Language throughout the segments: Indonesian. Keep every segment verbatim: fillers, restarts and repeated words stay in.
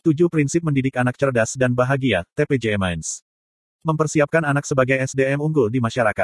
tujuh Prinsip Mendidik Anak Cerdas dan Bahagia, T P J Minds. Mempersiapkan anak sebagai S D M unggul di masyarakat.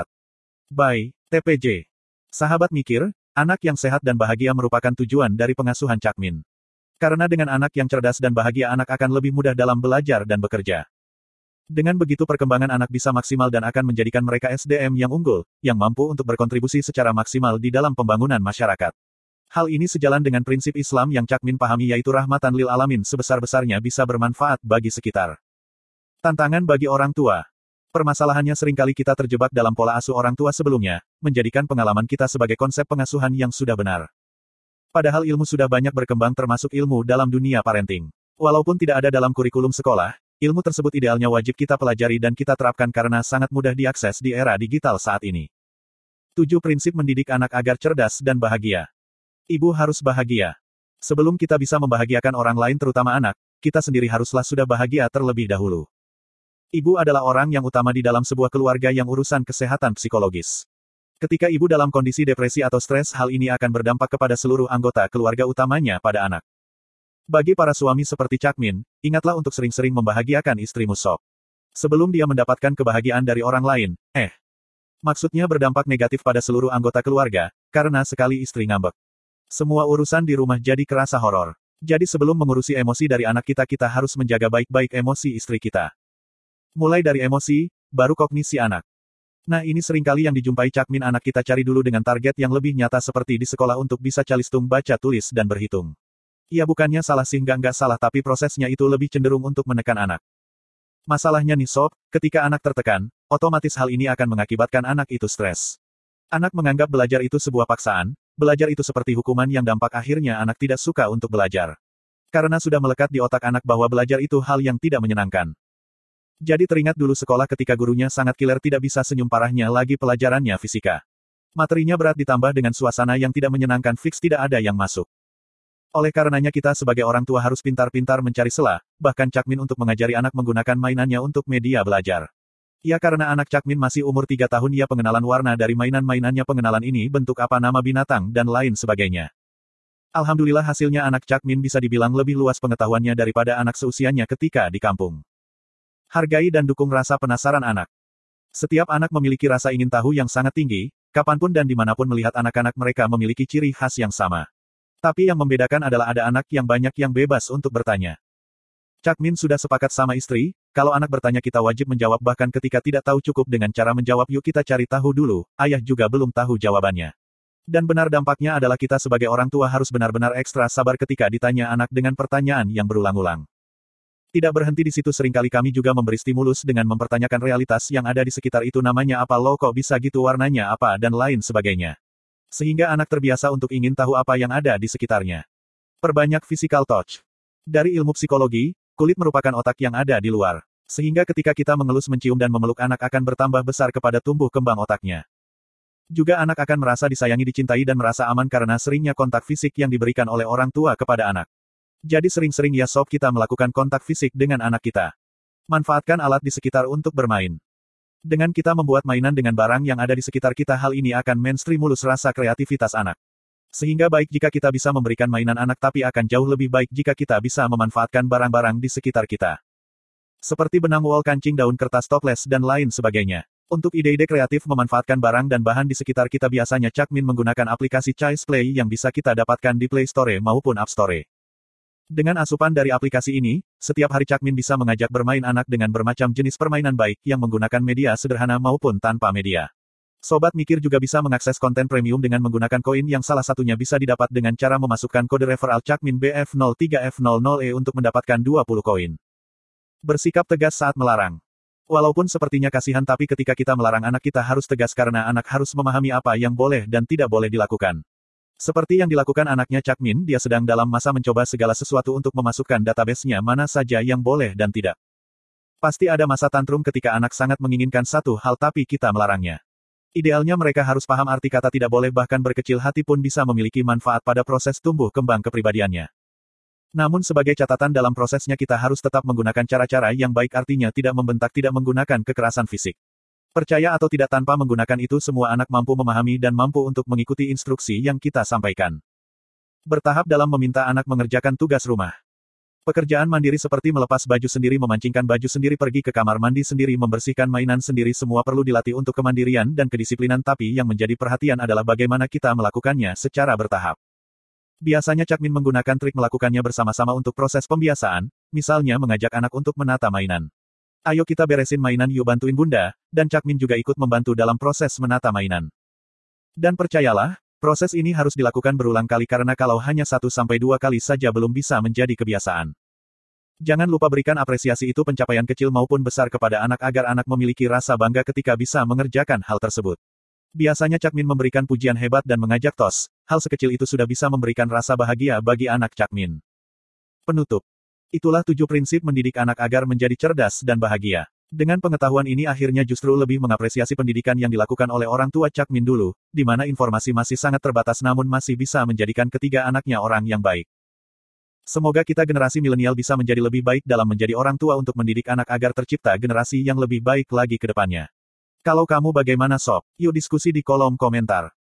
By T P J. Sahabat mikir, anak yang sehat dan bahagia merupakan tujuan dari pengasuhan Cak Min. Karena dengan anak yang cerdas dan bahagia anak akan lebih mudah dalam belajar dan bekerja. Dengan begitu perkembangan anak bisa maksimal dan akan menjadikan mereka S D M yang unggul, yang mampu untuk berkontribusi secara maksimal di dalam pembangunan masyarakat. Hal ini sejalan dengan prinsip Islam yang Cak Min pahami yaitu rahmatan lil alamin sebesar-besarnya bisa bermanfaat bagi sekitar. Tantangan bagi orang tua. Permasalahannya seringkali kita terjebak dalam pola asuh orang tua sebelumnya, menjadikan pengalaman kita sebagai konsep pengasuhan yang sudah benar. Padahal ilmu sudah banyak berkembang termasuk ilmu dalam dunia parenting. Walaupun tidak ada dalam kurikulum sekolah, ilmu tersebut idealnya wajib kita pelajari dan kita terapkan karena sangat mudah diakses di era digital saat ini. tujuh Prinsip Mendidik Anak Agar Cerdas dan Bahagia. Ibu harus bahagia. Sebelum kita bisa membahagiakan orang lain terutama anak, kita sendiri haruslah sudah bahagia terlebih dahulu. Ibu adalah orang yang utama di dalam sebuah keluarga yang urusan kesehatan psikologis. Ketika ibu dalam kondisi depresi atau stres, hal ini akan berdampak kepada seluruh anggota keluarga utamanya pada anak. Bagi para suami seperti Cak Min, ingatlah untuk sering-sering membahagiakan istrimu sob. Sebelum dia mendapatkan kebahagiaan dari orang lain, eh. Maksudnya berdampak negatif pada seluruh anggota keluarga, karena sekali istri ngambek. Semua urusan di rumah jadi kerasa horor. Jadi sebelum mengurusi emosi dari anak kita, kita harus menjaga baik-baik emosi istri kita. Mulai dari emosi, baru kognisi anak. Nah ini seringkali yang dijumpai Cak Min, anak kita cari dulu dengan target yang lebih nyata seperti di sekolah untuk bisa calistung baca tulis dan berhitung. Ya bukannya salah sehingga nggak salah tapi prosesnya itu lebih cenderung untuk menekan anak. Masalahnya nih sob, ketika anak tertekan, otomatis hal ini akan mengakibatkan anak itu stres. Anak menganggap belajar itu sebuah paksaan, belajar itu seperti hukuman yang dampak akhirnya anak tidak suka untuk belajar. Karena sudah melekat di otak anak bahwa belajar itu hal yang tidak menyenangkan. Jadi teringat dulu sekolah ketika gurunya sangat killer tidak bisa senyum, parahnya lagi pelajarannya fisika. Materinya berat ditambah dengan suasana yang tidak menyenangkan, fix tidak ada yang masuk. Oleh karenanya kita sebagai orang tua harus pintar-pintar mencari celah, bahkan Cak Min untuk mengajari anak menggunakan mainannya untuk media belajar. Ya karena anak Cak Min masih umur tiga tahun, ya pengenalan warna dari mainan-mainannya, pengenalan ini bentuk apa, nama binatang, dan lain sebagainya. Alhamdulillah hasilnya anak Cak Min bisa dibilang lebih luas pengetahuannya daripada anak seusianya ketika di kampung. Hargai dan dukung rasa penasaran anak. Setiap anak memiliki rasa ingin tahu yang sangat tinggi, kapanpun dan dimanapun melihat anak-anak mereka memiliki ciri khas yang sama. Tapi yang membedakan adalah ada anak yang banyak yang bebas untuk bertanya. Cak Min sudah sepakat sama istri, kalau anak bertanya kita wajib menjawab, bahkan ketika tidak tahu cukup dengan cara menjawab yuk kita cari tahu dulu, ayah juga belum tahu jawabannya. Dan benar dampaknya adalah kita sebagai orang tua harus benar-benar ekstra sabar ketika ditanya anak dengan pertanyaan yang berulang-ulang. Tidak berhenti di situ, seringkali kami juga memberi stimulus dengan mempertanyakan realitas yang ada di sekitar itu, namanya apa, lo kok bisa gitu, warnanya apa, dan lain sebagainya. Sehingga anak terbiasa untuk ingin tahu apa yang ada di sekitarnya. Perbanyak physical touch. Dari ilmu psikologi, kulit merupakan otak yang ada di luar. Sehingga ketika kita mengelus, mencium, dan memeluk anak akan bertambah besar kepada tumbuh kembang otaknya. Juga anak akan merasa disayangi, dicintai, dan merasa aman karena seringnya kontak fisik yang diberikan oleh orang tua kepada anak. Jadi sering-sering ya sob kita melakukan kontak fisik dengan anak kita. Manfaatkan alat di sekitar untuk bermain. Dengan kita membuat mainan dengan barang yang ada di sekitar kita, hal ini akan menstimulus rasa kreativitas anak. Sehingga baik jika kita bisa memberikan mainan anak, tapi akan jauh lebih baik jika kita bisa memanfaatkan barang-barang di sekitar kita. Seperti benang wol, kancing, daun kertas, toples, dan lain sebagainya. Untuk ide-ide kreatif memanfaatkan barang dan bahan di sekitar kita, biasanya Cak Min menggunakan aplikasi Child's Play yang bisa kita dapatkan di Play Store maupun App Store. Dengan asupan dari aplikasi ini, setiap hari Cak Min bisa mengajak bermain anak dengan bermacam jenis permainan baik yang menggunakan media sederhana maupun tanpa media. Sobat mikir juga bisa mengakses konten premium dengan menggunakan koin yang salah satunya bisa didapat dengan cara memasukkan kode referral Cak Min B F nol tiga F nol nol E untuk mendapatkan dua puluh koin. Bersikap tegas saat melarang. Walaupun sepertinya kasihan, tapi ketika kita melarang anak kita harus tegas karena anak harus memahami apa yang boleh dan tidak boleh dilakukan. Seperti yang dilakukan anaknya Cak Min, dia sedang dalam masa mencoba segala sesuatu untuk memasukkan database-nya mana saja yang boleh dan tidak. Pasti ada masa tantrum ketika anak sangat menginginkan satu hal tapi kita melarangnya. Idealnya mereka harus paham arti kata tidak boleh, bahkan berkecil hati pun bisa memiliki manfaat pada proses tumbuh kembang kepribadiannya. Namun sebagai catatan dalam prosesnya kita harus tetap menggunakan cara-cara yang baik, artinya tidak membentak, tidak menggunakan kekerasan fisik. Percaya atau tidak, tanpa menggunakan itu semua anak mampu memahami dan mampu untuk mengikuti instruksi yang kita sampaikan. Bertahap dalam meminta anak mengerjakan tugas rumah. Pekerjaan mandiri seperti melepas baju sendiri, memancingkan baju sendiri, pergi ke kamar mandi sendiri, membersihkan mainan sendiri, semua perlu dilatih untuk kemandirian dan kedisiplinan, tapi yang menjadi perhatian adalah bagaimana kita melakukannya secara bertahap. Biasanya Cakmin menggunakan trik melakukannya bersama-sama untuk proses pembiasaan, misalnya mengajak anak untuk menata mainan. Ayo kita beresin mainan yuk, bantuin bunda, dan Cakmin juga ikut membantu dalam proses menata mainan. Dan percayalah, proses ini harus dilakukan berulang kali karena kalau hanya satu sampai dua kali saja belum bisa menjadi kebiasaan. Jangan lupa berikan apresiasi itu pencapaian kecil maupun besar kepada anak agar anak memiliki rasa bangga ketika bisa mengerjakan hal tersebut. Biasanya Cakmin memberikan pujian hebat dan mengajak tos, hal sekecil itu sudah bisa memberikan rasa bahagia bagi anak Cakmin. Penutup. Itulah tujuh prinsip mendidik anak agar menjadi cerdas dan bahagia. Dengan pengetahuan ini akhirnya justru lebih mengapresiasi pendidikan yang dilakukan oleh orang tua Cakmin dulu, di mana informasi masih sangat terbatas namun masih bisa menjadikan ketiga anaknya orang yang baik. Semoga kita generasi milenial bisa menjadi lebih baik dalam menjadi orang tua untuk mendidik anak agar tercipta generasi yang lebih baik lagi ke depannya. Kalau kamu bagaimana sob? Yuk diskusi di kolom komentar.